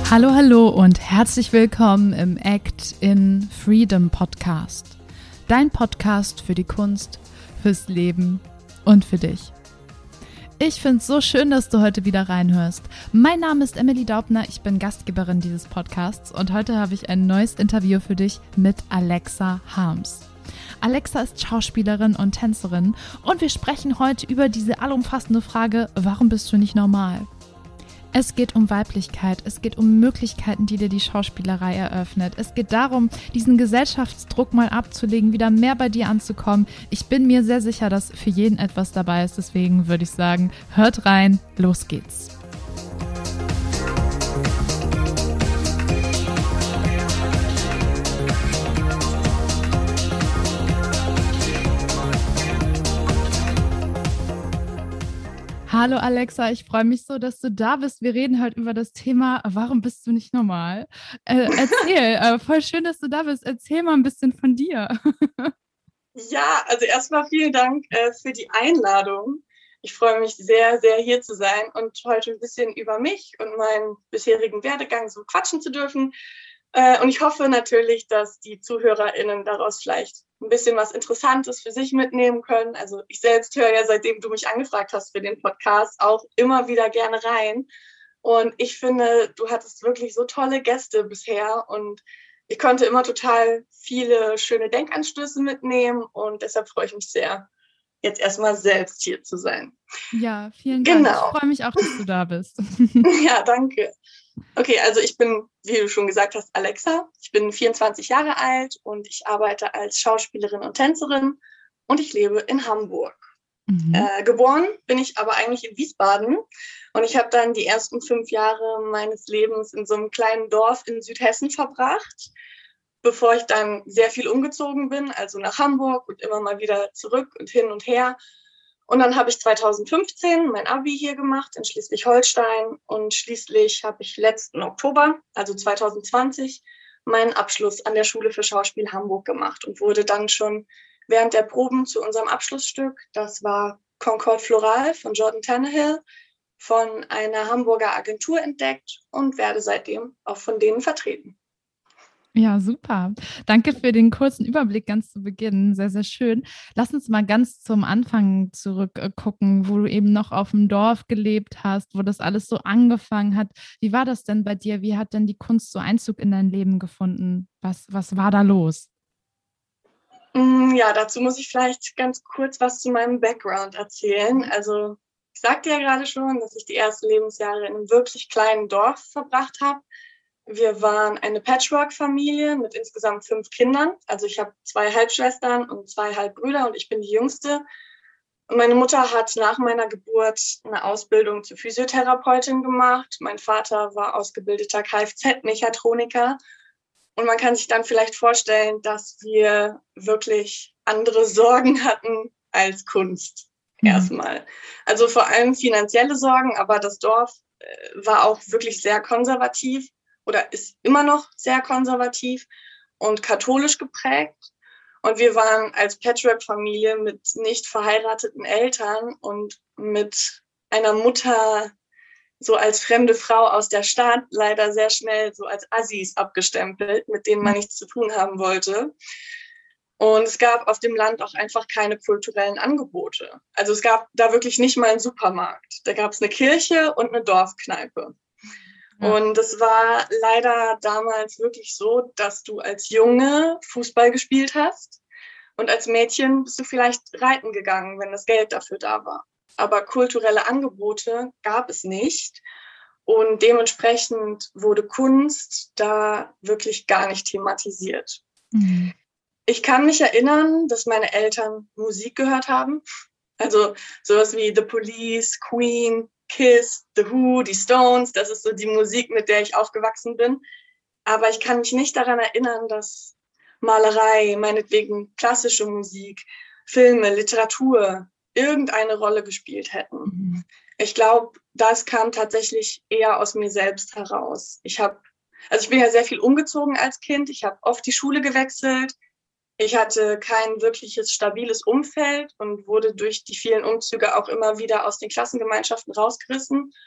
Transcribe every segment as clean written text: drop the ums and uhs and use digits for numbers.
Hallo, hallo und herzlich willkommen im Act in Freedom Podcast. Dein Podcast für die Kunst, fürs Leben und für dich. Ich finde es so schön, dass du heute wieder reinhörst. Mein Name ist Emily Daubner, ich bin Gastgeberin dieses Podcasts und heute habe ich ein neues Interview für dich mit Alexa Harms. Alexa ist Schauspielerin und Tänzerin und wir sprechen heute über diese allumfassende Frage, warum bist du nicht normal? Es geht um Weiblichkeit, es geht um Möglichkeiten, die dir die Schauspielerei eröffnet. Es geht darum, diesen Gesellschaftsdruck mal abzulegen, wieder mehr bei dir anzukommen. Ich bin mir sehr sicher, dass für jeden etwas dabei ist. Deswegen würde ich sagen, hört rein, los geht's. Hallo Alexa, ich freue mich so, dass du da bist. Wir reden heute über das Thema, warum bist du nicht normal? Voll schön, dass du da bist. Erzähl mal ein bisschen von dir. Ja, also erstmal vielen Dank für die Einladung. Ich freue mich sehr, sehr hier zu sein und heute ein bisschen über mich und meinen bisherigen Werdegang so quatschen zu dürfen. Und ich hoffe natürlich, dass die ZuhörerInnen daraus vielleicht ein bisschen was Interessantes für sich mitnehmen können. Also ich selbst höre ja, seitdem du mich angefragt hast für den Podcast, auch immer wieder gerne rein. Und ich finde, du hattest wirklich so tolle Gäste bisher und ich konnte immer total viele schöne Denkanstöße mitnehmen und deshalb freue ich mich sehr, jetzt erstmal selbst hier zu sein. Ja, vielen Dank. Genau. Ich freue mich auch, dass du da bist. Ja, danke. Okay, also ich bin, wie du schon gesagt hast, Alexa. Ich bin 24 Jahre alt und ich arbeite als Schauspielerin und Tänzerin und ich lebe in Hamburg. Geboren bin ich aber eigentlich in Wiesbaden und ich habe dann die ersten 5 Jahre meines Lebens in so einem kleinen Dorf in Südhessen verbracht, bevor ich dann sehr viel umgezogen bin, also nach Hamburg und immer mal wieder zurück und hin und her. Und dann habe ich 2015 mein Abi hier gemacht in Schleswig-Holstein und schließlich habe ich letzten Oktober, also 2020, meinen Abschluss an der Schule für Schauspiel Hamburg gemacht und wurde dann schon während der Proben zu unserem Abschlussstück, das war Concorde Floral von Jordan Tannehill, von einer Hamburger Agentur entdeckt und werde seitdem auch von denen vertreten. Ja, super. Danke für den kurzen Überblick ganz zu Beginn. Sehr, sehr schön. Lass uns mal ganz zum Anfang zurückgucken, wo du eben noch auf dem Dorf gelebt hast, wo das alles so angefangen hat. Wie war das denn bei dir? Wie hat denn die Kunst so Einzug in dein Leben gefunden? Was war da los? Ja, dazu muss ich vielleicht ganz kurz was zu meinem Background erzählen. Also ich sagte ja gerade schon, dass ich die ersten Lebensjahre in einem wirklich kleinen Dorf verbracht habe. Wir waren eine Patchwork-Familie mit insgesamt 5 Kindern. Also ich habe 2 Halbschwestern und 2 Halbbrüder und ich bin die Jüngste. Und meine Mutter hat nach meiner Geburt eine Ausbildung zur Physiotherapeutin gemacht. Mein Vater war ausgebildeter Kfz-Mechatroniker. Und man kann sich dann vielleicht vorstellen, dass wir wirklich andere Sorgen hatten als Kunst erstmal. Also vor allem finanzielle Sorgen, aber das Dorf war auch wirklich sehr konservativ oder ist immer noch sehr konservativ und katholisch geprägt. Und wir waren als Patchwork-Familie mit nicht verheirateten Eltern und mit einer Mutter so als fremde Frau aus der Stadt leider sehr schnell so als Assis abgestempelt, mit denen man nichts zu tun haben wollte. Und es gab auf dem Land auch einfach keine kulturellen Angebote. Also es gab da wirklich nicht mal einen Supermarkt. Da gab es eine Kirche und eine Dorfkneipe. Ja. Und es war leider damals wirklich so, dass du als Junge Fußball gespielt hast und als Mädchen bist du vielleicht reiten gegangen, wenn das Geld dafür da war. Aber kulturelle Angebote gab es nicht und dementsprechend wurde Kunst da wirklich gar nicht thematisiert. Mhm. Ich kann mich erinnern, dass meine Eltern Musik gehört haben, also sowas wie The Police, Queen, Kiss, The Who, die Stones, das ist so die Musik, mit der ich aufgewachsen bin. Aber ich kann mich nicht daran erinnern, dass Malerei, meinetwegen klassische Musik, Filme, Literatur irgendeine Rolle gespielt hätten. Mhm. Ich glaube, das kam tatsächlich eher aus mir selbst heraus. Ich bin ja sehr viel umgezogen als Kind. Ich habe oft die Schule gewechselt. Ich hatte kein wirkliches stabiles Umfeld und wurde durch die vielen Umzüge auch immer wieder aus den Klassengemeinschaften rausgerissen.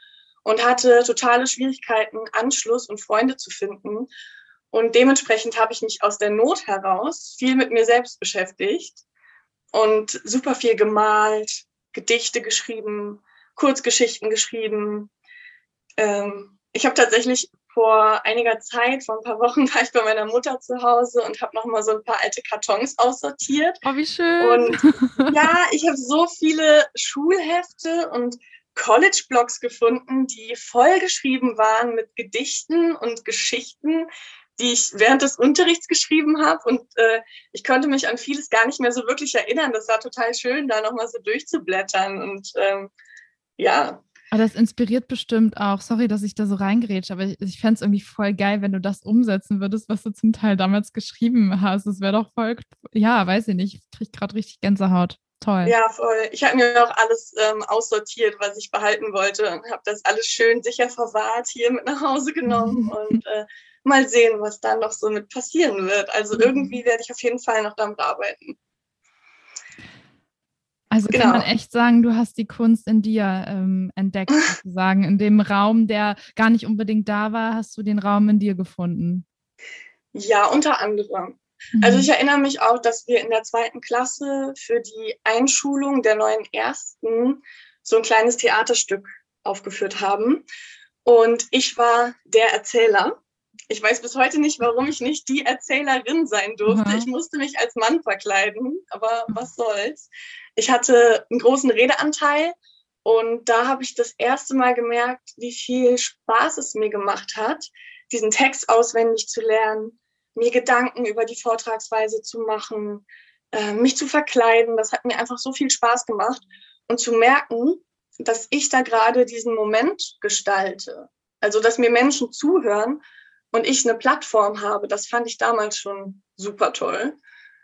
und hatte totale Schwierigkeiten, Anschluss und Freunde zu finden. Und dementsprechend habe ich mich aus der Not heraus viel mit mir selbst beschäftigt und super viel gemalt, Gedichte geschrieben, Kurzgeschichten geschrieben. Ich habe tatsächlich vor einiger Zeit, vor ein paar Wochen, war ich bei meiner Mutter zu Hause und habe nochmal so ein paar alte Kartons aussortiert. Oh, wie schön. Und ja, ich habe so viele Schulhefte und College-Blogs gefunden, die vollgeschrieben waren mit Gedichten und Geschichten, die ich während des Unterrichts geschrieben habe. Und ich konnte mich an vieles gar nicht mehr so wirklich erinnern. Das war total schön, da nochmal so durchzublättern. Und ja. Aber das inspiriert bestimmt auch. Sorry, dass ich da so reingerätsche, aber ich fände es irgendwie voll geil, wenn du das umsetzen würdest, was du zum Teil damals geschrieben hast. Das wäre doch voll, ja, weiß ich nicht. Ich kriege gerade richtig Gänsehaut. Toll. Ja, voll. Ich habe mir auch alles aussortiert, was ich behalten wollte und habe das alles schön sicher verwahrt, hier mit nach Hause genommen und mal sehen, was da noch so mit passieren wird. Also irgendwie werde ich auf jeden Fall noch damit arbeiten. Also kann man echt sagen, du hast die Kunst in dir entdeckt, sozusagen. In dem Raum, der gar nicht unbedingt da war, hast du den Raum in dir gefunden. Ja, unter anderem. Also ich erinnere mich auch, dass wir in der 2. Klasse für die Einschulung der neuen Ersten so ein kleines Theaterstück aufgeführt haben. Und ich war der Erzähler. Ich weiß bis heute nicht, warum ich nicht die Erzählerin sein durfte. Ich musste mich als Mann verkleiden, aber was soll's. Ich hatte einen großen Redeanteil und da habe ich das erste Mal gemerkt, wie viel Spaß es mir gemacht hat, diesen Text auswendig zu lernen, mir Gedanken über die Vortragsweise zu machen, mich zu verkleiden. Das hat mir einfach so viel Spaß gemacht und zu merken, dass ich da gerade diesen Moment gestalte. Also, dass mir Menschen zuhören und ich eine Plattform habe, das fand ich damals schon super toll.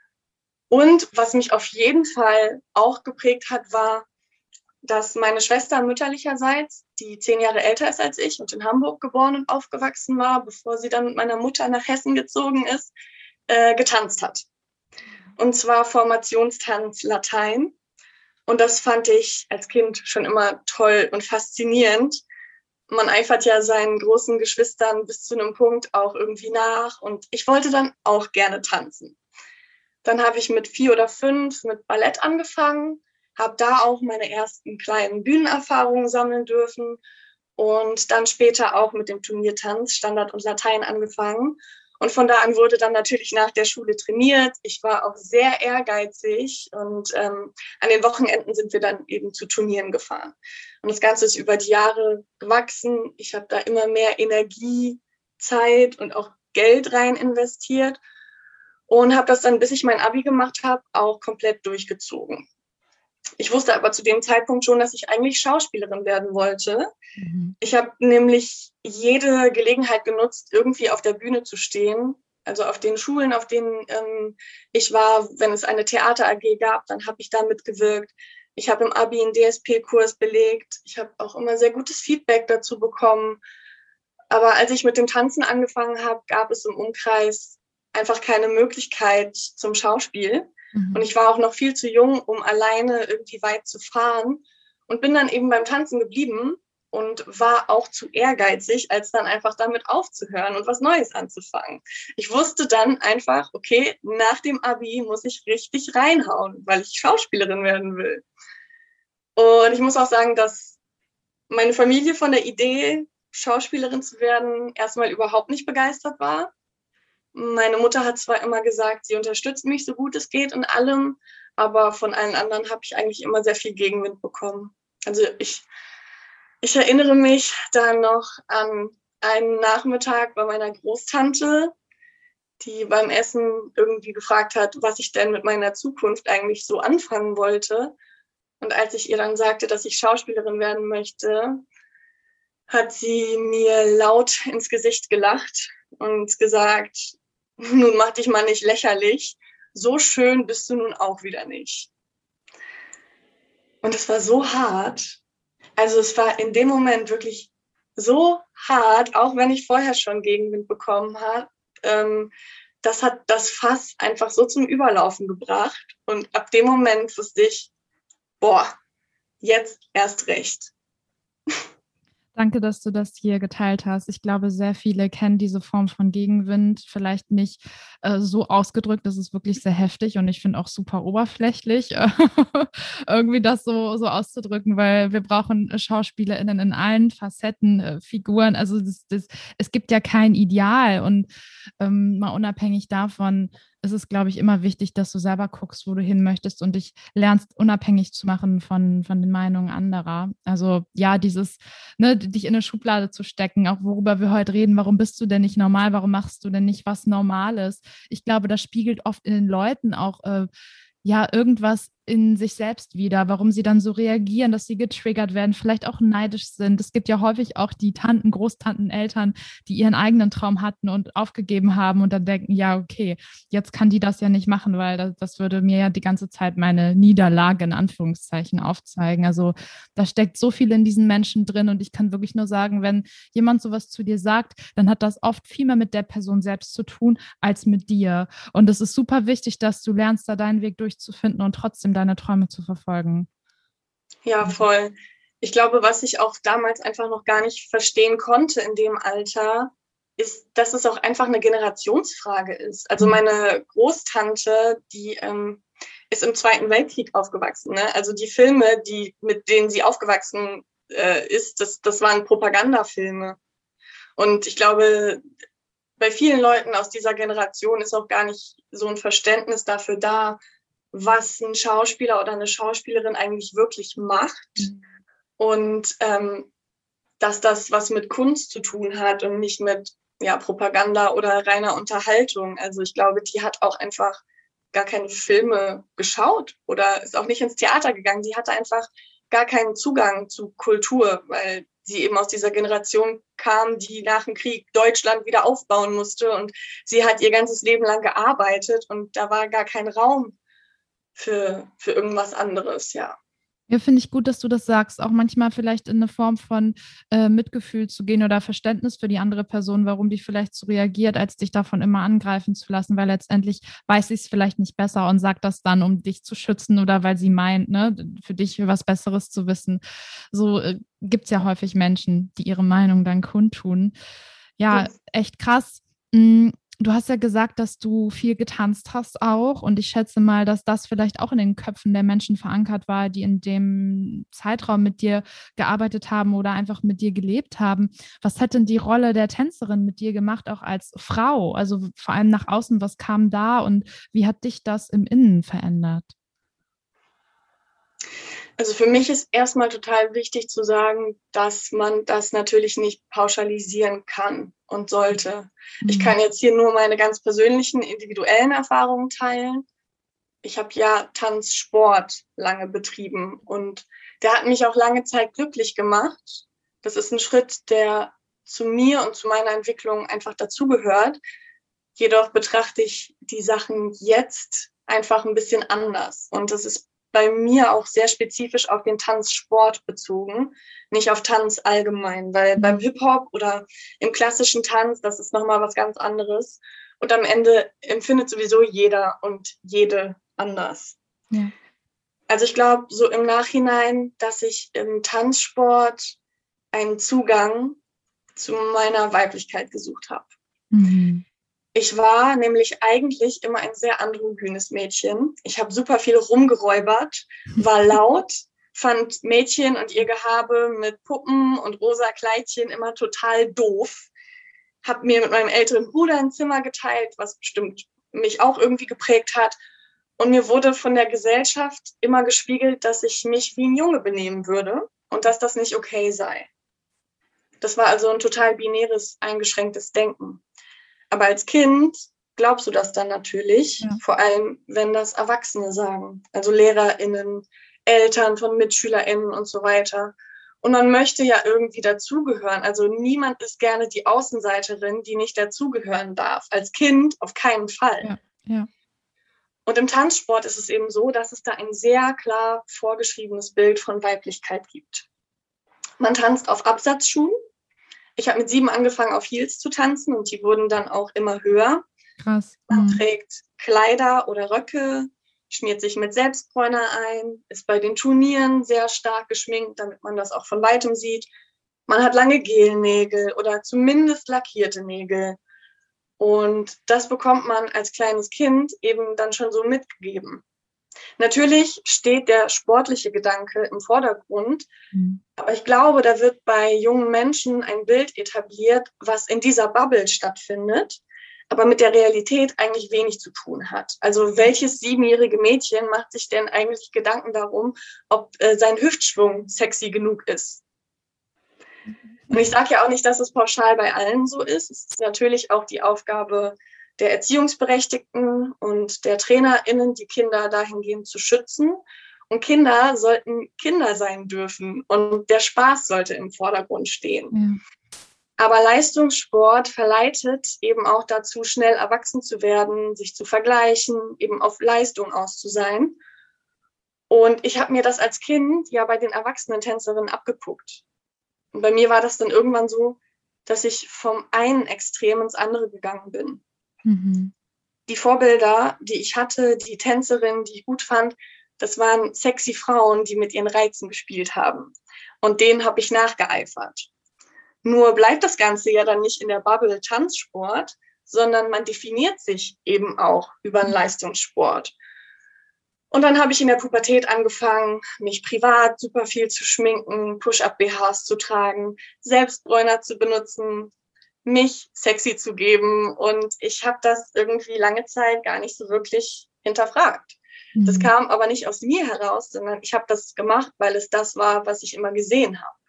Und was mich auf jeden Fall auch geprägt hat, war, dass meine Schwester mütterlicherseits, die 10 Jahre älter ist als ich und in Hamburg geboren und aufgewachsen war, bevor sie dann mit meiner Mutter nach Hessen gezogen ist, getanzt hat. Und zwar Formationstanz Latein. Und das fand ich als Kind schon immer toll und faszinierend. Man eifert ja seinen großen Geschwistern bis zu einem Punkt auch irgendwie nach. Und ich wollte dann auch gerne tanzen. Dann habe ich mit 4 oder 5 mit Ballett angefangen, habe da auch meine ersten kleinen Bühnenerfahrungen sammeln dürfen und dann später auch mit dem Turniertanz, Standard und Latein angefangen. Und von da an wurde dann natürlich nach der Schule trainiert. Ich war auch sehr ehrgeizig und an den Wochenenden sind wir dann eben zu Turnieren gefahren. Und das Ganze ist über die Jahre gewachsen. Ich habe da immer mehr Energie, Zeit und auch Geld rein investiert und habe das dann, bis ich mein Abi gemacht habe, auch komplett durchgezogen. Ich wusste aber zu dem Zeitpunkt schon, dass ich eigentlich Schauspielerin werden wollte. Ich habe nämlich jede Gelegenheit genutzt, irgendwie auf der Bühne zu stehen. Also auf den Schulen, auf denen ich war, wenn es eine Theater-AG gab, dann habe ich da mitgewirkt. Ich habe im Abi einen DSP-Kurs belegt. Ich habe auch immer sehr gutes Feedback dazu bekommen. Aber als ich mit dem Tanzen angefangen habe, gab es im Umkreis einfach keine Möglichkeit zum Schauspiel. Und ich war auch noch viel zu jung, um alleine irgendwie weit zu fahren und bin dann eben beim Tanzen geblieben und war auch zu ehrgeizig, als dann einfach damit aufzuhören und was Neues anzufangen. Ich wusste dann einfach, okay, nach dem Abi muss ich richtig reinhauen, weil ich Schauspielerin werden will. Und ich muss auch sagen, dass meine Familie von der Idee, Schauspielerin zu werden, erstmal überhaupt nicht begeistert war. Meine Mutter hat zwar immer gesagt, sie unterstützt mich so gut es geht in allem, aber von allen anderen habe ich eigentlich immer sehr viel Gegenwind bekommen. Also ich erinnere mich dann noch an einen Nachmittag bei meiner Großtante, die beim Essen irgendwie gefragt hat, was ich denn mit meiner Zukunft eigentlich so anfangen wollte. Und als ich ihr dann sagte, dass ich Schauspielerin werden möchte, hat sie mir laut ins Gesicht gelacht und gesagt, nun mach dich mal nicht lächerlich, so schön bist du nun auch wieder nicht. Und es war so hart. Also es war in dem Moment wirklich so hart, auch wenn ich vorher schon Gegenwind bekommen habe. Das hat das Fass einfach so zum Überlaufen gebracht. Und ab dem Moment wusste ich, boah, jetzt erst recht. Danke, dass du das hier geteilt hast. Ich glaube, sehr viele kennen diese Form von Gegenwind, vielleicht nicht so ausgedrückt, das ist wirklich sehr heftig und ich finde auch super oberflächlich, irgendwie das so auszudrücken, weil wir brauchen SchauspielerInnen in allen Facetten, Figuren. Also es gibt ja kein Ideal und mal unabhängig davon ist es, glaube ich, immer wichtig, dass du selber guckst, wo du hin möchtest und dich lernst, unabhängig zu machen von den Meinungen anderer. Also ja, dieses, ne, dich in eine Schublade zu stecken, auch worüber wir heute reden, warum bist du denn nicht normal, warum machst du denn nicht was Normales? Ich glaube, das spiegelt oft in den Leuten auch ja irgendwas in sich selbst wieder, warum sie dann so reagieren, dass sie getriggert werden, vielleicht auch neidisch sind. Es gibt ja häufig auch die Tanten, Großtanten, Eltern, die ihren eigenen Traum hatten und aufgegeben haben und dann denken, ja, okay, jetzt kann die das ja nicht machen, weil das würde mir ja die ganze Zeit meine Niederlage in Anführungszeichen aufzeigen. Also da steckt so viel in diesen Menschen drin und ich kann wirklich nur sagen, wenn jemand sowas zu dir sagt, dann hat das oft viel mehr mit der Person selbst zu tun als mit dir. Und es ist super wichtig, dass du lernst, da deinen Weg durchzufinden und trotzdem deine Träume zu verfolgen. Ja, voll. Ich glaube, was ich auch damals einfach noch gar nicht verstehen konnte in dem Alter, ist, dass es auch einfach eine Generationsfrage ist. Also meine Großtante, die ist im Zweiten Weltkrieg aufgewachsen. Ne? Also die Filme, mit denen sie aufgewachsen ist, das waren Propagandafilme. Und ich glaube, bei vielen Leuten aus dieser Generation ist auch gar nicht so ein Verständnis dafür da, was ein Schauspieler oder eine Schauspielerin eigentlich wirklich macht und dass das was mit Kunst zu tun hat und nicht mit Propaganda oder reiner Unterhaltung. Also ich glaube, die hat auch einfach gar keine Filme geschaut oder ist auch nicht ins Theater gegangen. Sie hatte einfach gar keinen Zugang zu Kultur, weil sie eben aus dieser Generation kam, die nach dem Krieg Deutschland wieder aufbauen musste und sie hat ihr ganzes Leben lang gearbeitet und da war gar kein Raum für irgendwas anderes, ja. Ja, finde ich gut, dass du das sagst. Auch manchmal vielleicht in eine Form von Mitgefühl zu gehen oder Verständnis für die andere Person, warum die vielleicht so reagiert, als dich davon immer angreifen zu lassen, weil letztendlich weiß sie es vielleicht nicht besser und sagt das dann, um dich zu schützen oder weil sie meint, ne, für dich was Besseres zu wissen. So gibt es ja häufig Menschen, die ihre Meinung dann kundtun. Ja, echt krass. Du hast ja gesagt, dass du viel getanzt hast auch und ich schätze mal, dass das vielleicht auch in den Köpfen der Menschen verankert war, die in dem Zeitraum mit dir gearbeitet haben oder einfach mit dir gelebt haben. Was hat denn die Rolle der Tänzerin mit dir gemacht, auch als Frau? Also vor allem nach außen, was kam da und wie hat dich das im Innen verändert? Also für mich ist erstmal total wichtig zu sagen, dass man das natürlich nicht pauschalisieren kann und sollte. Ich kann jetzt hier nur meine ganz persönlichen, individuellen Erfahrungen teilen. Ich habe ja Tanzsport lange betrieben und der hat mich auch lange Zeit glücklich gemacht. Das ist ein Schritt, der zu mir und zu meiner Entwicklung einfach dazugehört. Jedoch betrachte ich die Sachen jetzt einfach ein bisschen anders. Und das ist bei mir auch sehr spezifisch auf den Tanzsport bezogen, nicht auf Tanz allgemein, weil beim Hip-Hop oder im klassischen Tanz, das ist nochmal was ganz anderes. Und am Ende empfindet sowieso jeder und jede anders. Ja. Also ich glaube so im Nachhinein, dass ich im Tanzsport einen Zugang zu meiner Weiblichkeit gesucht habe. Mhm. Ich war nämlich eigentlich immer ein sehr androgynes Mädchen. Ich habe super viel rumgeräubert, war laut, fand Mädchen und ihr Gehabe mit Puppen und rosa Kleidchen immer total doof. Habe mir mit meinem älteren Bruder ein Zimmer geteilt, was bestimmt mich auch irgendwie geprägt hat. Und mir wurde von der Gesellschaft immer gespiegelt, dass ich mich wie ein Junge benehmen würde und dass das nicht okay sei. Das war also ein total binäres, eingeschränktes Denken. Aber als Kind glaubst du das dann natürlich, vor allem wenn das Erwachsene sagen, also LehrerInnen, Eltern von MitschülerInnen und so weiter. Und man möchte ja irgendwie dazugehören. Also niemand ist gerne die Außenseiterin, die nicht dazugehören darf. Als Kind auf keinen Fall. Ja, ja. Und im Tanzsport ist es eben so, dass es da ein sehr klar vorgeschriebenes Bild von Weiblichkeit gibt. Man tanzt auf Absatzschuhen. Ich habe mit 7 angefangen, auf Heels zu tanzen und die wurden dann auch immer höher. Krass. Man trägt Kleider oder Röcke, schmiert sich mit Selbstbräuner ein, ist bei den Turnieren sehr stark geschminkt, damit man das auch von weitem sieht. Man hat lange Gelnägel oder zumindest lackierte Nägel. Und das bekommt man als kleines Kind eben dann schon so mitgegeben. Natürlich steht der sportliche Gedanke im Vordergrund, aber ich glaube, da wird bei jungen Menschen ein Bild etabliert, was in dieser Bubble stattfindet, aber mit der Realität eigentlich wenig zu tun hat. Also welches 7-jährige Mädchen macht sich denn eigentlich Gedanken darum, ob sein Hüftschwung sexy genug ist? Und ich sage ja auch nicht, dass es pauschal bei allen so ist. Es ist natürlich auch die Aufgabe der Erziehungsberechtigten und der TrainerInnen, die Kinder dahingehend zu schützen. Und Kinder sollten Kinder sein dürfen und der Spaß sollte im Vordergrund stehen. Ja. Aber Leistungssport verleitet eben auch dazu, schnell erwachsen zu werden, sich zu vergleichen, eben auf Leistung aus zu sein. Und ich habe mir das als Kind ja bei den erwachsenen Tänzerinnen abgeguckt. Und bei mir war das dann irgendwann so, dass ich vom einen Extrem ins andere gegangen bin. Mhm. Die Vorbilder, die ich hatte, die Tänzerinnen, die ich gut fand, das waren sexy Frauen, die mit ihren Reizen gespielt haben. Und denen habe ich nachgeeifert. Nur bleibt das Ganze ja dann nicht in der Bubble Tanzsport, sondern man definiert sich eben auch über einen Leistungssport. Und dann habe ich in der Pubertät angefangen, mich privat super viel zu schminken, Push-Up-BHs zu tragen, Selbstbräuner zu benutzen, mich sexy zu geben. Und ich habe das irgendwie lange Zeit gar nicht so wirklich hinterfragt. Mhm. Das kam aber nicht aus mir heraus, sondern ich habe das gemacht, weil es das war, was ich immer gesehen habe.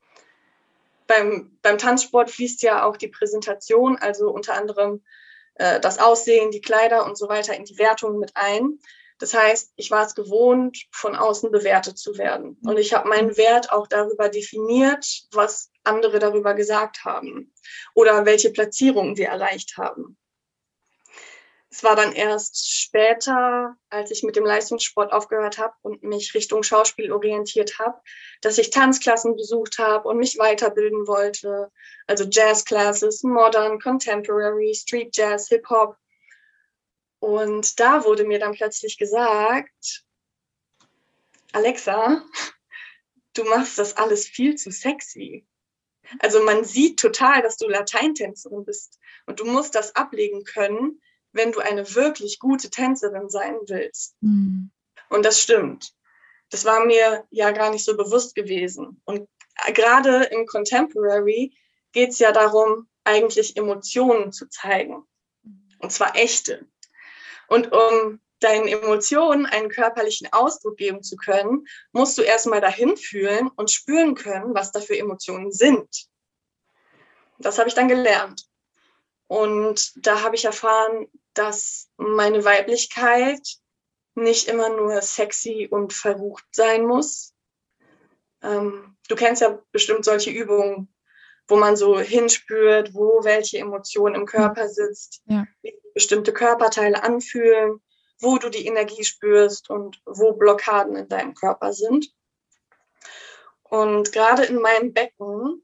Beim Tanzsport fließt ja auch die Präsentation, also unter anderem das Aussehen, die Kleider und so weiter in die Wertung mit ein. Das heißt, ich war es gewohnt, von außen bewertet zu werden. Und ich habe meinen Wert auch darüber definiert, was andere darüber gesagt haben oder welche Platzierungen wir erreicht haben. Es war dann erst später, als ich mit dem Leistungssport aufgehört habe und mich Richtung Schauspiel orientiert habe, dass ich Tanzklassen besucht habe und mich weiterbilden wollte. Also Jazzclasses, Modern, Contemporary, Street Jazz, Hip-Hop. Und da wurde mir dann plötzlich gesagt, Alexa, du machst das alles viel zu sexy. Also man sieht total, dass du Lateintänzerin bist und du musst das ablegen können, wenn du eine wirklich gute Tänzerin sein willst. Mhm. Und das stimmt. Das war mir ja gar nicht so bewusst gewesen. Und gerade im Contemporary geht es ja darum, eigentlich Emotionen zu zeigen. Und zwar echte. Und um deinen Emotionen einen körperlichen Ausdruck geben zu können, musst du erstmal dahin fühlen und spüren können, was da für Emotionen sind. Das habe ich dann gelernt. Und da habe ich erfahren, dass meine Weiblichkeit nicht immer nur sexy und verrucht sein muss. Du kennst ja bestimmt solche Übungen, wo man so hinspürt, wo welche Emotion im Körper sitzt, ja. Wie bestimmte Körperteile anfühlen, wo du die Energie spürst und wo Blockaden in deinem Körper sind. Und gerade in meinem Becken,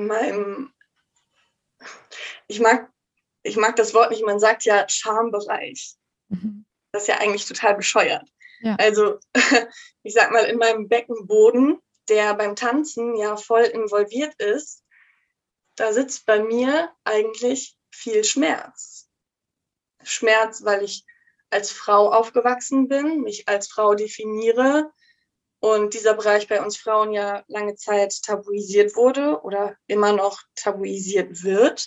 ich mag das Wort nicht, man sagt ja Schambereich. Mhm. Das ist ja eigentlich total bescheuert. Ja. Also ich sag mal, in meinem Beckenboden, der beim Tanzen ja voll involviert ist, da sitzt bei mir eigentlich viel Schmerz. Schmerz, weil ich als Frau aufgewachsen bin, mich als Frau definiere und dieser Bereich bei uns Frauen ja lange Zeit tabuisiert wurde oder immer noch tabuisiert wird.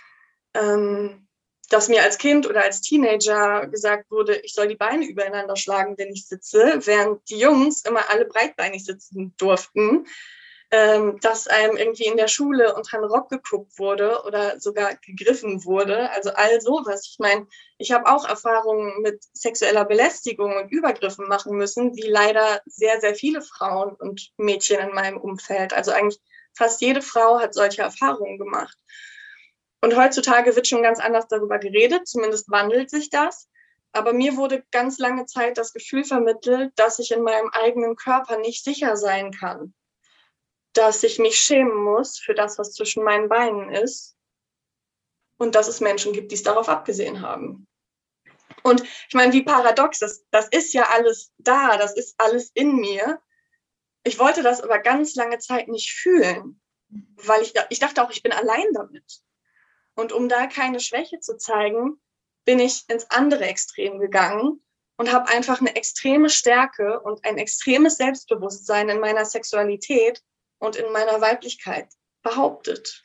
Dass mir als Kind oder als Teenager gesagt wurde, ich soll die Beine übereinander schlagen, wenn ich sitze, während die Jungs immer alle breitbeinig sitzen durften. Dass einem irgendwie in der Schule unter den Rock geguckt wurde oder sogar gegriffen wurde. Also all sowas. Ich meine, ich habe auch Erfahrungen mit sexueller Belästigung und Übergriffen machen müssen, wie leider sehr, sehr viele Frauen und Mädchen in meinem Umfeld. Also eigentlich fast jede Frau hat solche Erfahrungen gemacht. Und heutzutage wird schon ganz anders darüber geredet, zumindest wandelt sich das. Aber mir wurde ganz lange Zeit das Gefühl vermittelt, dass ich in meinem eigenen Körper nicht sicher sein kann. Dass ich mich schämen muss für das, was zwischen meinen Beinen ist. Und dass es Menschen gibt, die es darauf abgesehen haben. Und ich meine, wie paradox, das ist ja alles da, das ist alles in mir. Ich wollte das aber ganz lange Zeit nicht fühlen. weil ich dachte auch, ich bin allein damit. Und um da keine Schwäche zu zeigen, bin ich ins andere Extrem gegangen und habe einfach eine extreme Stärke und ein extremes Selbstbewusstsein in meiner Sexualität und in meiner Weiblichkeit behauptet.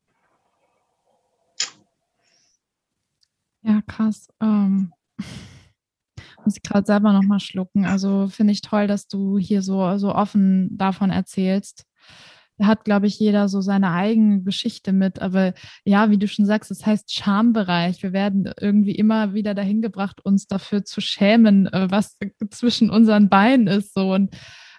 Ja, krass. Muss ich gerade selber nochmal schlucken. Also finde ich toll, dass du hier so offen davon erzählst. Da hat, glaube ich, jeder so seine eigene Geschichte mit. Aber ja, wie du schon sagst, das heißt Schambereich. Wir werden irgendwie immer wieder dahin gebracht, uns dafür zu schämen, was zwischen unseren Beinen ist. So. Und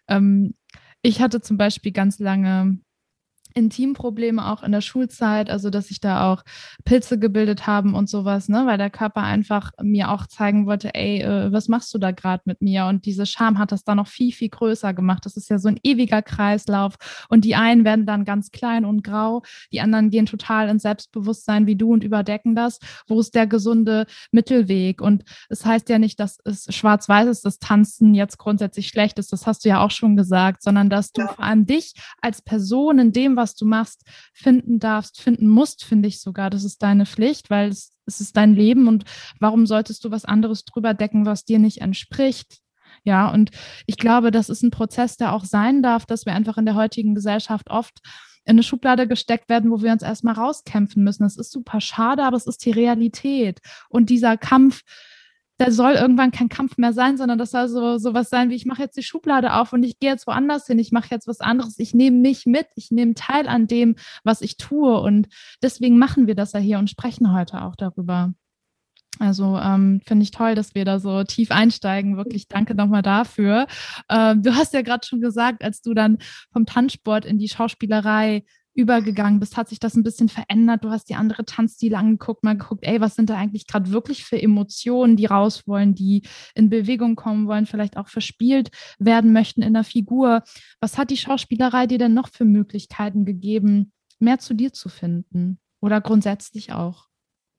ich hatte zum Beispiel ganz lange Intimprobleme auch in der Schulzeit, also dass sich da auch Pilze gebildet haben und sowas, ne, weil der Körper einfach mir auch zeigen wollte, ey, was machst du da gerade mit mir? Und diese Scham hat das dann noch viel, viel größer gemacht. Das ist ja so ein ewiger Kreislauf und die einen werden dann ganz klein und grau, die anderen gehen total ins Selbstbewusstsein wie du und überdecken das. Wo ist der gesunde Mittelweg? Und es heißt ja nicht, dass es schwarz-weiß ist, dass Tanzen jetzt grundsätzlich schlecht ist, das hast du ja auch schon gesagt, sondern dass du vor allem dich als Person in dem, was du machst, finden darfst, finden musst, finde ich sogar. Das ist deine Pflicht, weil es ist dein Leben und warum solltest du was anderes drüber decken, was dir nicht entspricht? Ja, und ich glaube, das ist ein Prozess, der auch sein darf, dass wir einfach in der heutigen Gesellschaft oft in eine Schublade gesteckt werden, wo wir uns erstmal rauskämpfen müssen. Das ist super schade, aber es ist die Realität. Und dieser Kampf, da soll irgendwann kein Kampf mehr sein, sondern das soll so was sein wie, ich mache jetzt die Schublade auf und ich gehe jetzt woanders hin, ich mache jetzt was anderes, ich nehme mich mit, ich nehme teil an dem, was ich tue und deswegen machen wir das ja hier und sprechen heute auch darüber. Also finde ich toll, dass wir da so tief einsteigen. Wirklich danke nochmal dafür. Du hast ja gerade schon gesagt, als du dann vom Tanzsport in die Schauspielerei übergegangen bist, hat sich das ein bisschen verändert. Du hast die andere Tanzstile angeguckt, mal geguckt, ey, was sind da eigentlich gerade wirklich für Emotionen, die raus wollen, die in Bewegung kommen wollen, vielleicht auch verspielt werden möchten in der Figur. Was hat die Schauspielerei dir denn noch für Möglichkeiten gegeben, mehr zu dir zu finden? Oder grundsätzlich auch?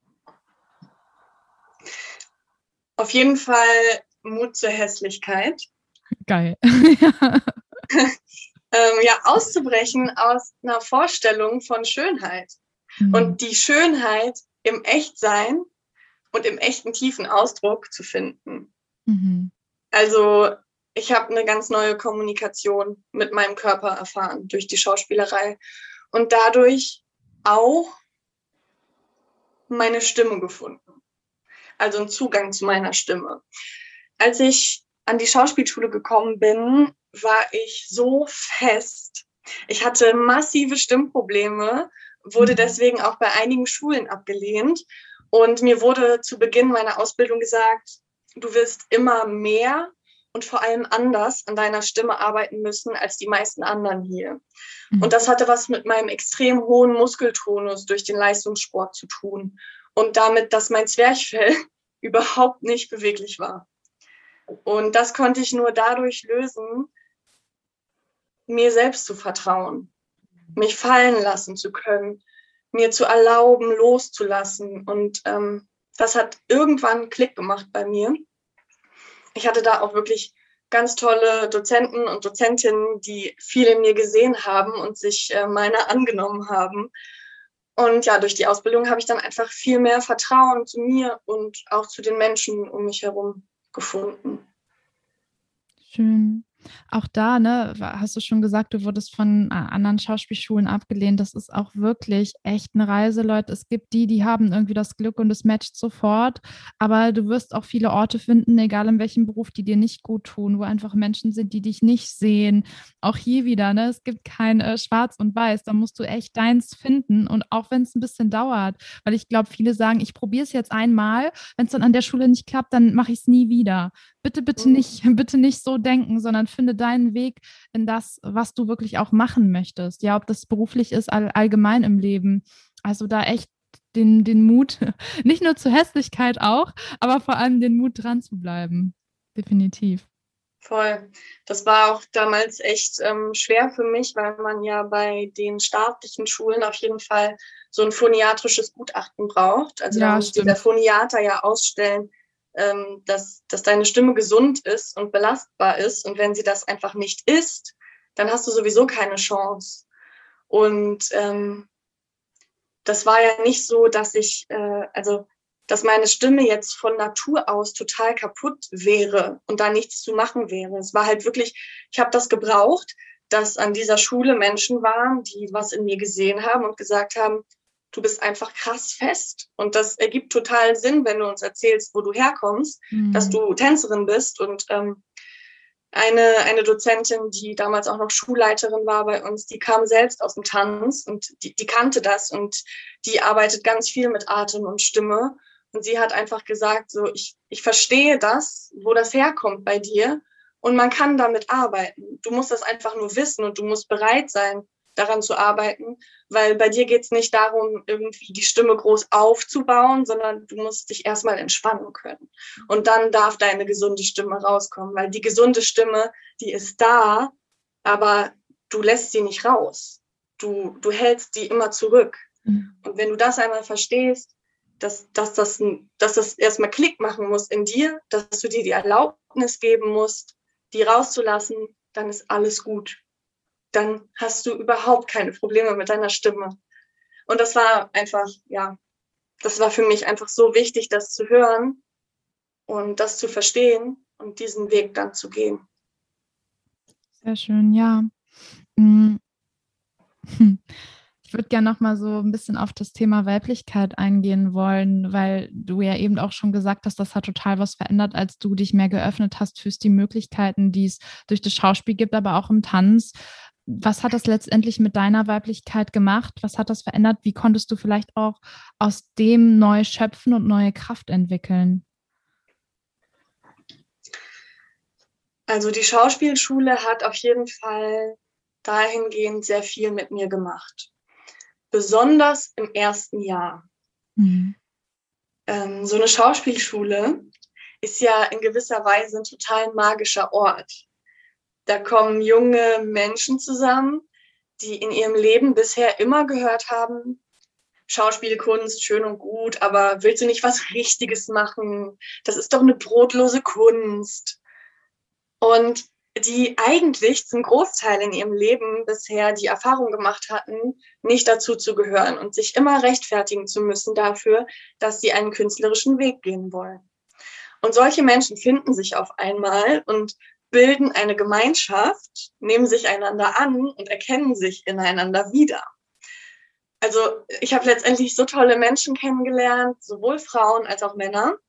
Auf jeden Fall Mut zur Hässlichkeit. Geil. Ja, auszubrechen aus einer Vorstellung von Schönheit. Und die Schönheit im Echtsein und im echten tiefen Ausdruck zu finden. Mhm. Also ich habe eine ganz neue Kommunikation mit meinem Körper erfahren durch die Schauspielerei und dadurch auch meine Stimme gefunden. Also einen Zugang zu meiner Stimme. Als ich an die Schauspielschule gekommen bin, war ich so fest. Ich hatte massive Stimmprobleme, wurde deswegen auch bei einigen Schulen abgelehnt. Und mir wurde zu Beginn meiner Ausbildung gesagt, du wirst immer mehr und vor allem anders an deiner Stimme arbeiten müssen als die meisten anderen hier. Und das hatte was mit meinem extrem hohen Muskeltonus durch den Leistungssport zu tun. Und damit, dass mein Zwerchfell überhaupt nicht beweglich war. Und das konnte ich nur dadurch lösen, mir selbst zu vertrauen, mich fallen lassen zu können, mir zu erlauben, loszulassen. Und das hat irgendwann einen Klick gemacht bei mir. Ich hatte da auch wirklich ganz tolle Dozenten und Dozentinnen, die viel in mir gesehen haben und sich meiner angenommen haben. Und ja, durch die Ausbildung habe ich dann einfach viel mehr Vertrauen zu mir und auch zu den Menschen um mich herum gefunden. Schön. Auch da, ne, hast du schon gesagt, du wurdest von anderen Schauspielschulen abgelehnt. Das ist auch wirklich echt eine Reise, Leute. Es gibt die haben irgendwie das Glück und es matcht sofort. Aber du wirst auch viele Orte finden, egal in welchem Beruf, die dir nicht gut tun, wo einfach Menschen sind, die dich nicht sehen. Auch hier wieder, ne, es gibt kein Schwarz und Weiß. Da musst du echt deins finden. Und auch wenn es ein bisschen dauert, weil ich glaube, viele sagen, ich probiere es jetzt einmal. Wenn es dann an der Schule nicht klappt, dann mache ich es nie wieder. Bitte nicht so denken, sondern finde deinen Weg in das, was du wirklich auch machen möchtest. Ja, ob das beruflich ist, allgemein im Leben. Also da echt den Mut, nicht nur zur Hässlichkeit auch, aber vor allem den Mut dran zu bleiben. Definitiv. Voll. Das war auch damals echt schwer für mich, weil man ja bei den staatlichen Schulen auf jeden Fall so ein phoniatrisches Gutachten braucht. Also da Ja, muss dieser stimmt. Phoniater ja ausstellen, dass deine Stimme gesund ist und belastbar ist. Und wenn sie das einfach nicht ist, dann hast du sowieso keine Chance. Und das war ja nicht so, dass dass meine Stimme jetzt von Natur aus total kaputt wäre und da nichts zu machen wäre. Es war halt wirklich, ich habe das gebraucht, dass an dieser Schule Menschen waren, die was in mir gesehen haben und gesagt haben, du bist einfach krass fest. Und das ergibt total Sinn, wenn du uns erzählst, wo du herkommst, dass du Tänzerin bist. Und eine Dozentin, die damals auch noch Schulleiterin war bei uns, die kam selbst aus dem Tanz und die kannte das und die arbeitet ganz viel mit Atem und Stimme. Und sie hat einfach gesagt, so, ich verstehe das, wo das herkommt bei dir und man kann damit arbeiten. Du musst das einfach nur wissen und du musst bereit sein, daran zu arbeiten, weil bei dir geht es nicht darum, irgendwie die Stimme groß aufzubauen, sondern du musst dich erstmal entspannen können. Und dann darf deine gesunde Stimme rauskommen, weil die gesunde Stimme, die ist da, aber du lässt sie nicht raus. Du hältst die immer zurück. Und wenn du das einmal verstehst, dass das erstmal Klick machen muss in dir, dass du dir die Erlaubnis geben musst, die rauszulassen, dann ist alles gut. Dann hast du überhaupt keine Probleme mit deiner Stimme. Und das war einfach, das war für mich einfach so wichtig, das zu hören und das zu verstehen und diesen Weg dann zu gehen. Sehr schön, ja. Ich würde gerne noch mal so ein bisschen auf das Thema Weiblichkeit eingehen wollen, weil du ja eben auch schon gesagt hast, das hat total was verändert, als du dich mehr geöffnet hast für die Möglichkeiten, die es durch das Schauspiel gibt, aber auch im Tanz. Was hat das letztendlich mit deiner Weiblichkeit gemacht? Was hat das verändert? Wie konntest du vielleicht auch aus dem neu schöpfen und neue Kraft entwickeln? Also die Schauspielschule hat auf jeden Fall dahingehend sehr viel mit mir gemacht. Besonders im ersten Jahr. So eine Schauspielschule ist ja in gewisser Weise ein total magischer Ort. Da kommen junge Menschen zusammen, die in ihrem Leben bisher immer gehört haben, Schauspielkunst, schön und gut, aber willst du nicht was Richtiges machen? Das ist doch eine brotlose Kunst. Und die eigentlich zum Großteil in ihrem Leben bisher die Erfahrung gemacht hatten, nicht dazu zu gehören und sich immer rechtfertigen zu müssen dafür, dass sie einen künstlerischen Weg gehen wollen. Und solche Menschen finden sich auf einmal und bilden eine Gemeinschaft, nehmen sich einander an und erkennen sich ineinander wieder. Also ich habe letztendlich so tolle Menschen kennengelernt, sowohl Frauen als auch Männer.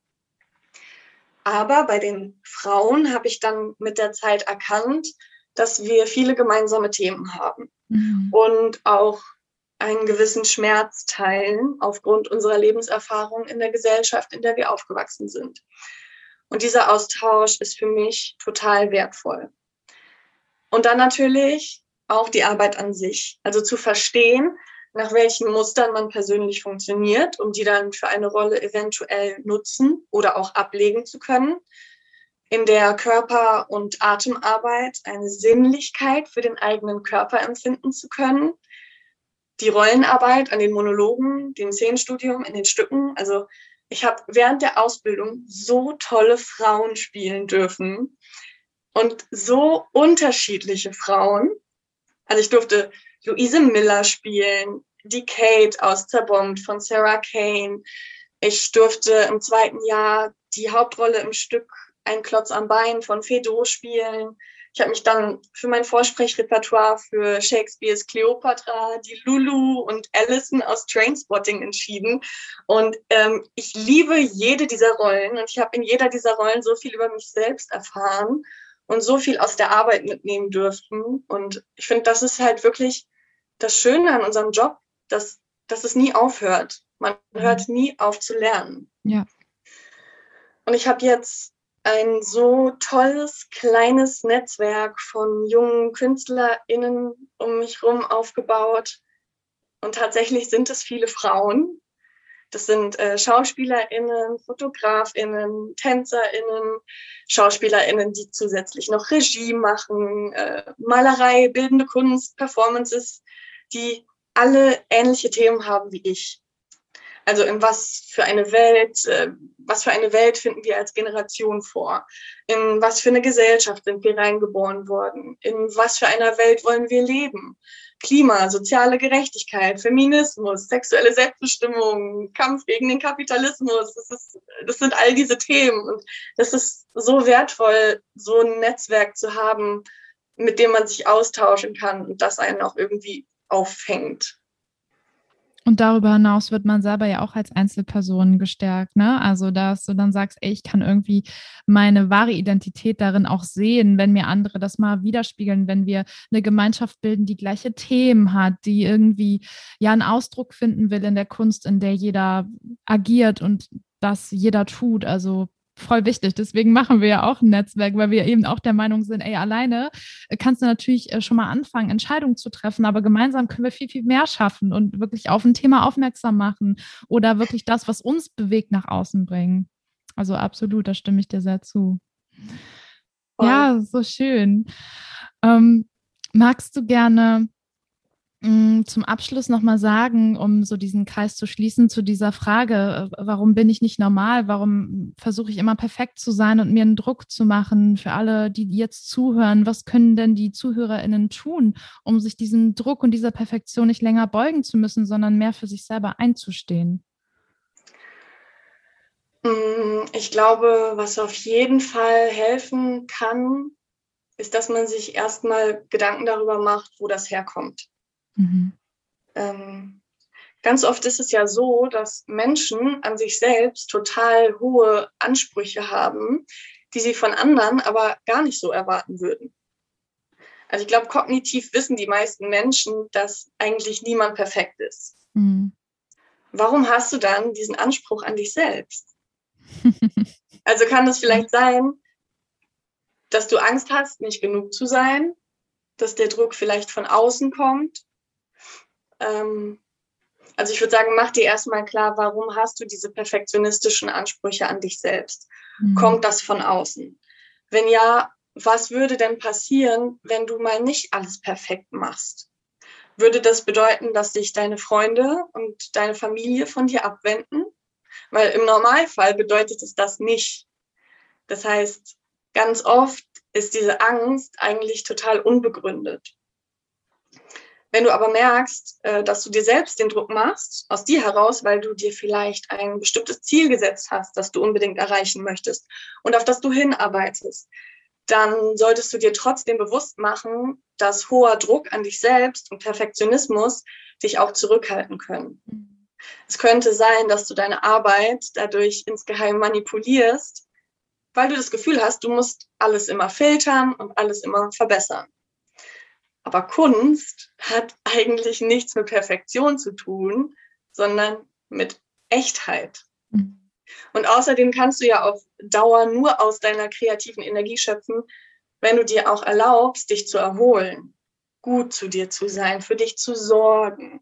Aber bei den Frauen habe ich dann mit der Zeit erkannt, dass wir viele gemeinsame Themen haben und auch einen gewissen Schmerz teilen aufgrund unserer Lebenserfahrung in der Gesellschaft, in der wir aufgewachsen sind. Und dieser Austausch ist für mich total wertvoll. Und dann natürlich auch die Arbeit an sich, also zu verstehen, nach welchen Mustern man persönlich funktioniert, um die dann für eine Rolle eventuell nutzen oder auch ablegen zu können. In der Körper- und Atemarbeit eine Sinnlichkeit für den eigenen Körper empfinden zu können. Die Rollenarbeit an den Monologen, dem Szenenstudium, in den Stücken. Also ich habe während der Ausbildung so tolle Frauen spielen dürfen und so unterschiedliche Frauen. Also ich durfte Louise Miller spielen, die Kate aus Zerbombt von Sarah Kane. Ich durfte im zweiten Jahr die Hauptrolle im Stück Ein Klotz am Bein von Feydeau spielen. Ich habe mich dann für mein Vorsprechrepertoire für Shakespeares Cleopatra, die Lulu und Alison aus Trainspotting entschieden. Und ich liebe jede dieser Rollen und ich habe in jeder dieser Rollen so viel über mich selbst erfahren und so viel aus der Arbeit mitnehmen dürfen. Und ich finde, das ist halt wirklich das Schöne an unserem Job, dass es nie aufhört. Man hört nie auf zu lernen. Ja. Und ich habe jetzt ein so tolles, kleines Netzwerk von jungen KünstlerInnen um mich herum aufgebaut. Und tatsächlich sind es viele Frauen. Das sind SchauspielerInnen, FotografInnen, TänzerInnen, SchauspielerInnen, die zusätzlich noch Regie machen, Malerei, bildende Kunst, Performances, die alle ähnliche Themen haben wie ich. Also in was für eine Welt finden wir als Generation vor? In was für eine Gesellschaft sind wir reingeboren worden? In was für einer Welt wollen wir leben? Klima, soziale Gerechtigkeit, Feminismus, sexuelle Selbstbestimmung, Kampf gegen den Kapitalismus. Das sind all diese Themen. Und das ist so wertvoll, so ein Netzwerk zu haben, mit dem man sich austauschen kann und das einen auch irgendwie auffängt. Und darüber hinaus wird man selber ja auch als Einzelperson gestärkt, ne? Also, dass du dann sagst, ey, ich kann irgendwie meine wahre Identität darin auch sehen, wenn mir andere das mal widerspiegeln, wenn wir eine Gemeinschaft bilden, die gleiche Themen hat, die irgendwie ja einen Ausdruck finden will in der Kunst, in der jeder agiert und das jeder tut. Also voll wichtig. Deswegen machen wir ja auch ein Netzwerk, weil wir eben auch der Meinung sind, ey, alleine kannst du natürlich schon mal anfangen, Entscheidungen zu treffen, aber gemeinsam können wir viel, viel mehr schaffen und wirklich auf ein Thema aufmerksam machen oder wirklich das, was uns bewegt, nach außen bringen. Also absolut, da stimme ich dir sehr zu. Ja, so schön. Magst du gerne zum Abschluss nochmal sagen, um so diesen Kreis zu schließen zu dieser Frage, warum bin ich nicht normal? Warum versuche ich immer perfekt zu sein und mir einen Druck zu machen für alle, die jetzt zuhören? Was können denn die ZuhörerInnen tun, um sich diesem Druck und dieser Perfektion nicht länger beugen zu müssen, sondern mehr für sich selber einzustehen? Ich glaube, was auf jeden Fall helfen kann, ist, dass man sich erstmal Gedanken darüber macht, wo das herkommt. Mhm. Ganz oft ist es ja so, dass Menschen an sich selbst total hohe Ansprüche haben, die sie von anderen aber gar nicht so erwarten würden. Also ich glaube, kognitiv wissen die meisten Menschen, dass eigentlich niemand perfekt ist. Mhm. Warum hast du dann diesen Anspruch an dich selbst? Also kann es vielleicht sein, dass du Angst hast, nicht genug zu sein, dass der Druck vielleicht von außen kommt. Also ich würde sagen, mach dir erstmal klar, warum hast du diese perfektionistischen Ansprüche an dich selbst? Mhm. Kommt das von außen? Wenn ja, was würde denn passieren, wenn du mal nicht alles perfekt machst? Würde das bedeuten, dass sich deine Freunde und deine Familie von dir abwenden? Weil im Normalfall bedeutet es das nicht. Das heißt, ganz oft ist diese Angst eigentlich total unbegründet. Wenn du aber merkst, dass du dir selbst den Druck machst, aus dir heraus, weil du dir vielleicht ein bestimmtes Ziel gesetzt hast, das du unbedingt erreichen möchtest und auf das du hinarbeitest, dann solltest du dir trotzdem bewusst machen, dass hoher Druck an dich selbst und Perfektionismus dich auch zurückhalten können. Es könnte sein, dass du deine Arbeit dadurch insgeheim manipulierst, weil du das Gefühl hast, du musst alles immer filtern und alles immer verbessern. Aber Kunst hat eigentlich nichts mit Perfektion zu tun, sondern mit Echtheit. Mhm. Und außerdem kannst du ja auf Dauer nur aus deiner kreativen Energie schöpfen, wenn du dir auch erlaubst, dich zu erholen, gut zu dir zu sein, für dich zu sorgen.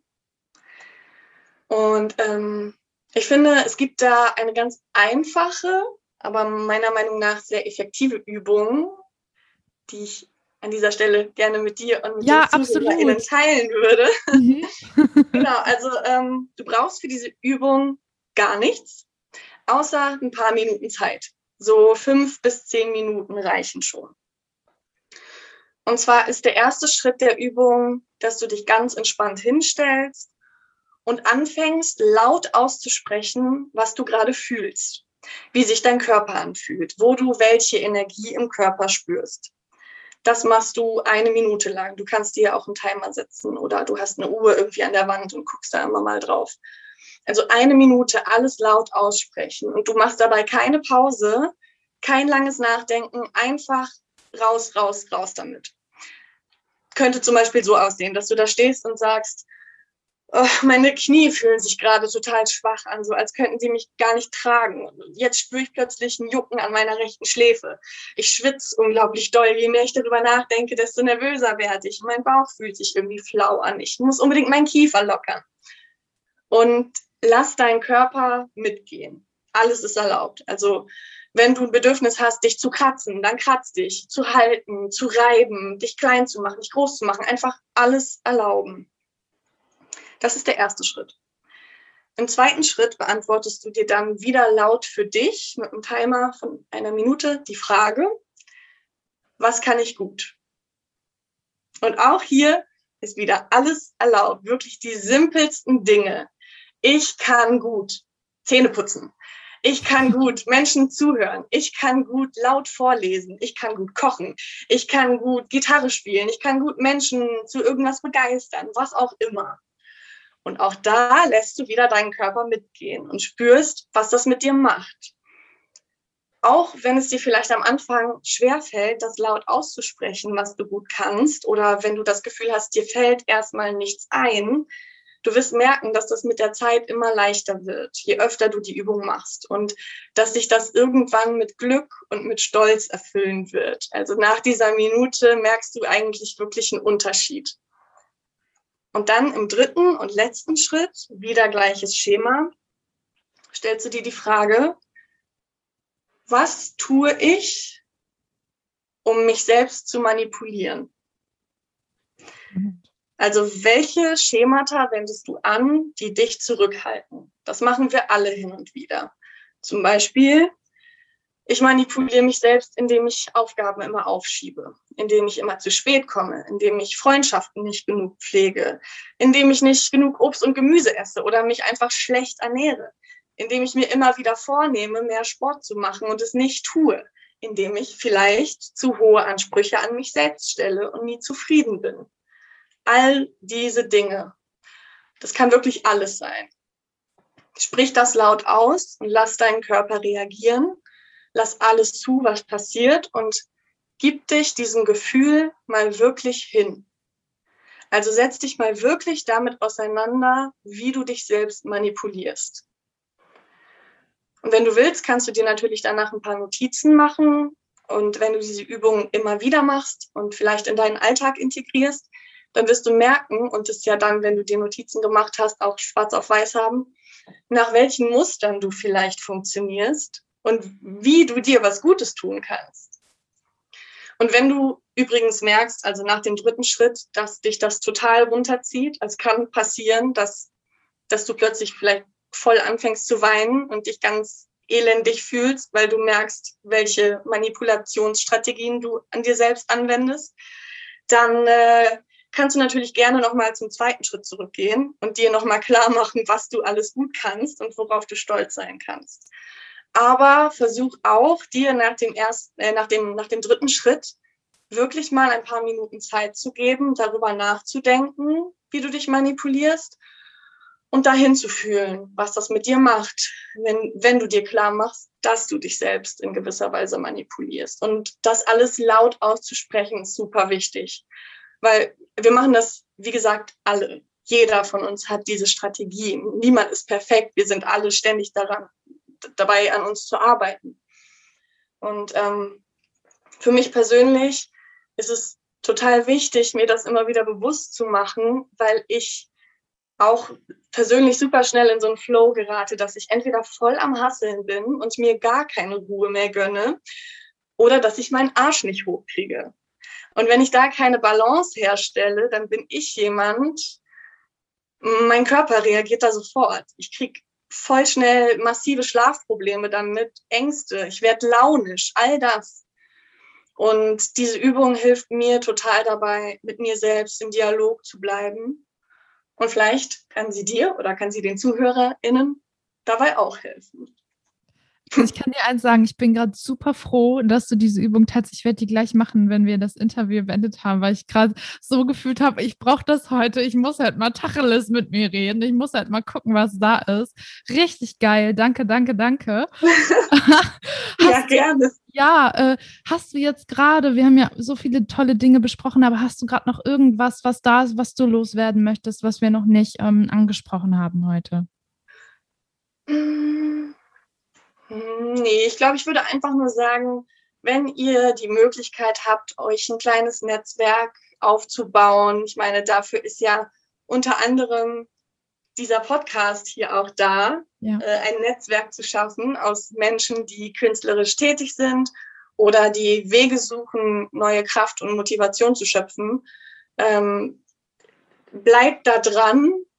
Und ich finde, es gibt da eine ganz einfache, aber meiner Meinung nach sehr effektive Übung, die ich an dieser Stelle gerne mit dir und mit den ZuhörerInnen teilen würde. Mhm. Genau, also du brauchst für diese Übung gar nichts, außer ein paar Minuten Zeit. So 5 bis 10 Minuten reichen schon. Und zwar ist der erste Schritt der Übung, dass du dich ganz entspannt hinstellst und anfängst, laut auszusprechen, was du gerade fühlst, wie sich dein Körper anfühlt, wo du welche Energie im Körper spürst. Das machst du 1 Minute lang. Du kannst dir auch einen Timer setzen oder du hast eine Uhr irgendwie an der Wand und guckst da immer mal drauf. Also 1 Minute alles laut aussprechen und du machst dabei keine Pause, kein langes Nachdenken, einfach raus, raus, raus damit. Könnte zum Beispiel so aussehen, dass du da stehst und sagst, oh, meine Knie fühlen sich gerade total schwach an, so als könnten sie mich gar nicht tragen. Jetzt spüre ich plötzlich ein Jucken an meiner rechten Schläfe. Ich schwitze unglaublich doll. Je mehr ich darüber nachdenke, desto nervöser werde ich. Mein Bauch fühlt sich irgendwie flau an. Ich muss unbedingt meinen Kiefer lockern. Und lass deinen Körper mitgehen. Alles ist erlaubt. Also wenn du ein Bedürfnis hast, dich zu kratzen, dann kratz dich, zu halten, zu reiben, dich klein zu machen, dich groß zu machen. Einfach alles erlauben. Das ist der erste Schritt. Im zweiten Schritt beantwortest du dir dann wieder laut für dich mit einem Timer von 1 Minute die Frage, was kann ich gut? Und auch hier ist wieder alles erlaubt, wirklich die simpelsten Dinge. Ich kann gut Zähne putzen. Ich kann gut Menschen zuhören. Ich kann gut laut vorlesen. Ich kann gut kochen. Ich kann gut Gitarre spielen. Ich kann gut Menschen zu irgendwas begeistern, was auch immer. Und auch da lässt du wieder deinen Körper mitgehen und spürst, was das mit dir macht. Auch wenn es dir vielleicht am Anfang schwerfällt, das laut auszusprechen, was du gut kannst, oder wenn du das Gefühl hast, dir fällt erstmal nichts ein, du wirst merken, dass das mit der Zeit immer leichter wird, je öfter du die Übung machst und dass sich das irgendwann mit Glück und mit Stolz erfüllen wird. Also nach dieser Minute merkst du eigentlich wirklich einen Unterschied. Und dann im dritten und letzten Schritt, wieder gleiches Schema, stellst du dir die Frage, was tue ich, um mich selbst zu manipulieren? Also welche Schemata wendest du an, die dich zurückhalten? Das machen wir alle hin und wieder. Zum Beispiel, ich manipuliere mich selbst, indem ich Aufgaben immer aufschiebe, indem ich immer zu spät komme, indem ich Freundschaften nicht genug pflege, indem ich nicht genug Obst und Gemüse esse oder mich einfach schlecht ernähre, indem ich mir immer wieder vornehme, mehr Sport zu machen und es nicht tue, indem ich vielleicht zu hohe Ansprüche an mich selbst stelle und nie zufrieden bin. All diese Dinge, das kann wirklich alles sein. Sprich das laut aus und lass deinen Körper reagieren. Lass alles zu, was passiert und gib dich diesem Gefühl mal wirklich hin. Also setz dich mal wirklich damit auseinander, wie du dich selbst manipulierst. Und wenn du willst, kannst du dir natürlich danach ein paar Notizen machen. Und wenn du diese Übungen immer wieder machst und vielleicht in deinen Alltag integrierst, dann wirst du merken, und das ja dann, wenn du dir Notizen gemacht hast, auch schwarz auf weiß haben, nach welchen Mustern du vielleicht funktionierst und wie du dir was Gutes tun kannst. Und wenn du übrigens merkst, also nach dem dritten Schritt, dass dich das total runterzieht, es kann passieren, dass du plötzlich vielleicht voll anfängst zu weinen und dich ganz elendig fühlst, weil du merkst, welche Manipulationsstrategien du an dir selbst anwendest, dann kannst du natürlich gerne nochmal zum zweiten Schritt zurückgehen und dir nochmal klar machen, was du alles gut kannst und worauf du stolz sein kannst. Aber versuch auch, dir nach dem dritten Schritt wirklich mal ein paar Minuten Zeit zu geben, darüber nachzudenken, wie du dich manipulierst und dahin zu fühlen, was das mit dir macht, wenn du dir klar machst, dass du dich selbst in gewisser Weise manipulierst. Und das alles laut auszusprechen ist super wichtig, weil wir machen das, wie gesagt, alle. Jeder von uns hat diese Strategien. Niemand ist perfekt. Wir sind alle ständig dabei, an uns zu arbeiten. Und für mich persönlich ist es total wichtig, mir das immer wieder bewusst zu machen, weil ich auch persönlich super schnell in so einen Flow gerate, dass ich entweder voll am Hasseln bin und mir gar keine Ruhe mehr gönne oder dass ich meinen Arsch nicht hochkriege. Und wenn ich da keine Balance herstelle, dann bin ich jemand, mein Körper reagiert da sofort. Ich kriege voll schnell massive Schlafprobleme damit, Ängste, ich werde launisch, all das. Und diese Übung hilft mir total dabei, mit mir selbst im Dialog zu bleiben. Und vielleicht kann sie dir oder kann sie den ZuhörerInnen dabei auch helfen. Ich kann dir eins sagen, ich bin gerade super froh, dass du diese Übung tatsächlich, ich werde die gleich machen, wenn wir das Interview beendet haben, weil ich gerade so gefühlt habe, ich brauche das heute, ich muss halt mal Tacheles mit mir reden, ich muss halt mal gucken, was da ist. Richtig geil, danke, danke, danke. Ja, gerne. Hast du jetzt gerade, wir haben ja so viele tolle Dinge besprochen, aber hast du gerade noch irgendwas, was da ist, was du loswerden möchtest, was wir noch nicht angesprochen haben heute? Nee, ich glaube, ich würde einfach nur sagen, wenn ihr die Möglichkeit habt, euch ein kleines Netzwerk aufzubauen, ich meine, dafür ist ja unter anderem dieser Podcast hier auch da, ein Netzwerk zu schaffen aus Menschen, die künstlerisch tätig sind oder die Wege suchen, neue Kraft und Motivation zu schöpfen. Bleibt da dran,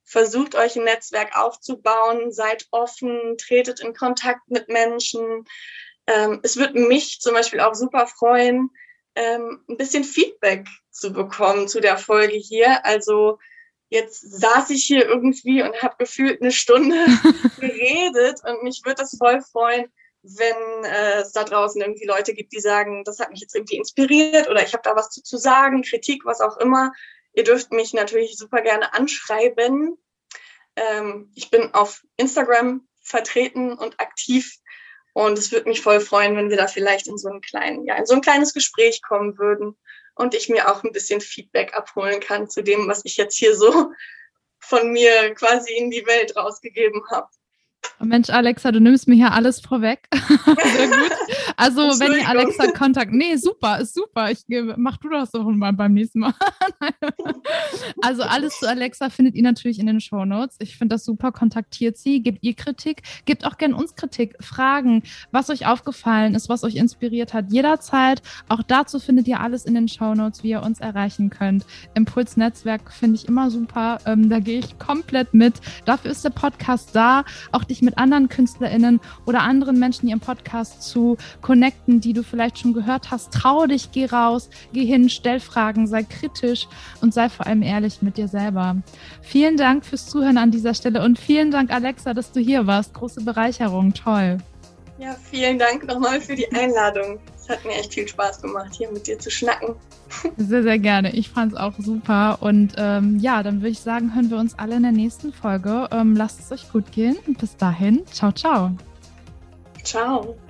versucht euch ein Netzwerk aufzubauen, seid offen, tretet in Kontakt mit Menschen. Es würde mich zum Beispiel auch super freuen, ein bisschen Feedback zu bekommen zu der Folge hier. Also jetzt saß ich hier irgendwie und habe gefühlt eine Stunde geredet und mich würde das voll freuen, wenn es da draußen irgendwie Leute gibt, die sagen, das hat mich jetzt irgendwie inspiriert oder ich habe da was zu sagen, Kritik, was auch immer. Ihr dürft mich natürlich super gerne anschreiben. Ich bin auf Instagram vertreten und aktiv und es würde mich voll freuen, wenn wir da vielleicht in so ein kleines Gespräch kommen würden und ich mir auch ein bisschen Feedback abholen kann zu dem, was ich jetzt hier so von mir quasi in die Welt rausgegeben habe. Mensch, Alexa, du nimmst mir hier alles vorweg. Sehr gut. Also, wenn ihr Alexa ist super. Mach du das doch mal beim nächsten Mal. Also, alles zu Alexa findet ihr natürlich in den Shownotes. Ich finde das super. Kontaktiert sie, gebt ihr Kritik, gebt auch gerne uns Kritik, Fragen, was euch aufgefallen ist, was euch inspiriert hat. Jederzeit. Auch dazu findet ihr alles in den Shownotes, wie ihr uns erreichen könnt. Impulsnetzwerk finde ich immer super. Da gehe ich komplett mit. Dafür ist der Podcast da, auch dich mit anderen KünstlerInnen oder anderen Menschen, die im Podcast zu connecten, die du vielleicht schon gehört hast. Trau dich, geh raus, geh hin, stell Fragen, sei kritisch und sei vor allem ehrlich mit dir selber. Vielen Dank fürs Zuhören an dieser Stelle und vielen Dank, Alexa, dass du hier warst. Große Bereicherung, toll. Ja, vielen Dank nochmal für die Einladung. Es hat mir echt viel Spaß gemacht, hier mit dir zu schnacken. Sehr, sehr gerne. Ich fand es auch super. Und dann würde ich sagen, hören wir uns alle in der nächsten Folge. Lasst es euch gut gehen. Bis dahin. Ciao, ciao. Ciao.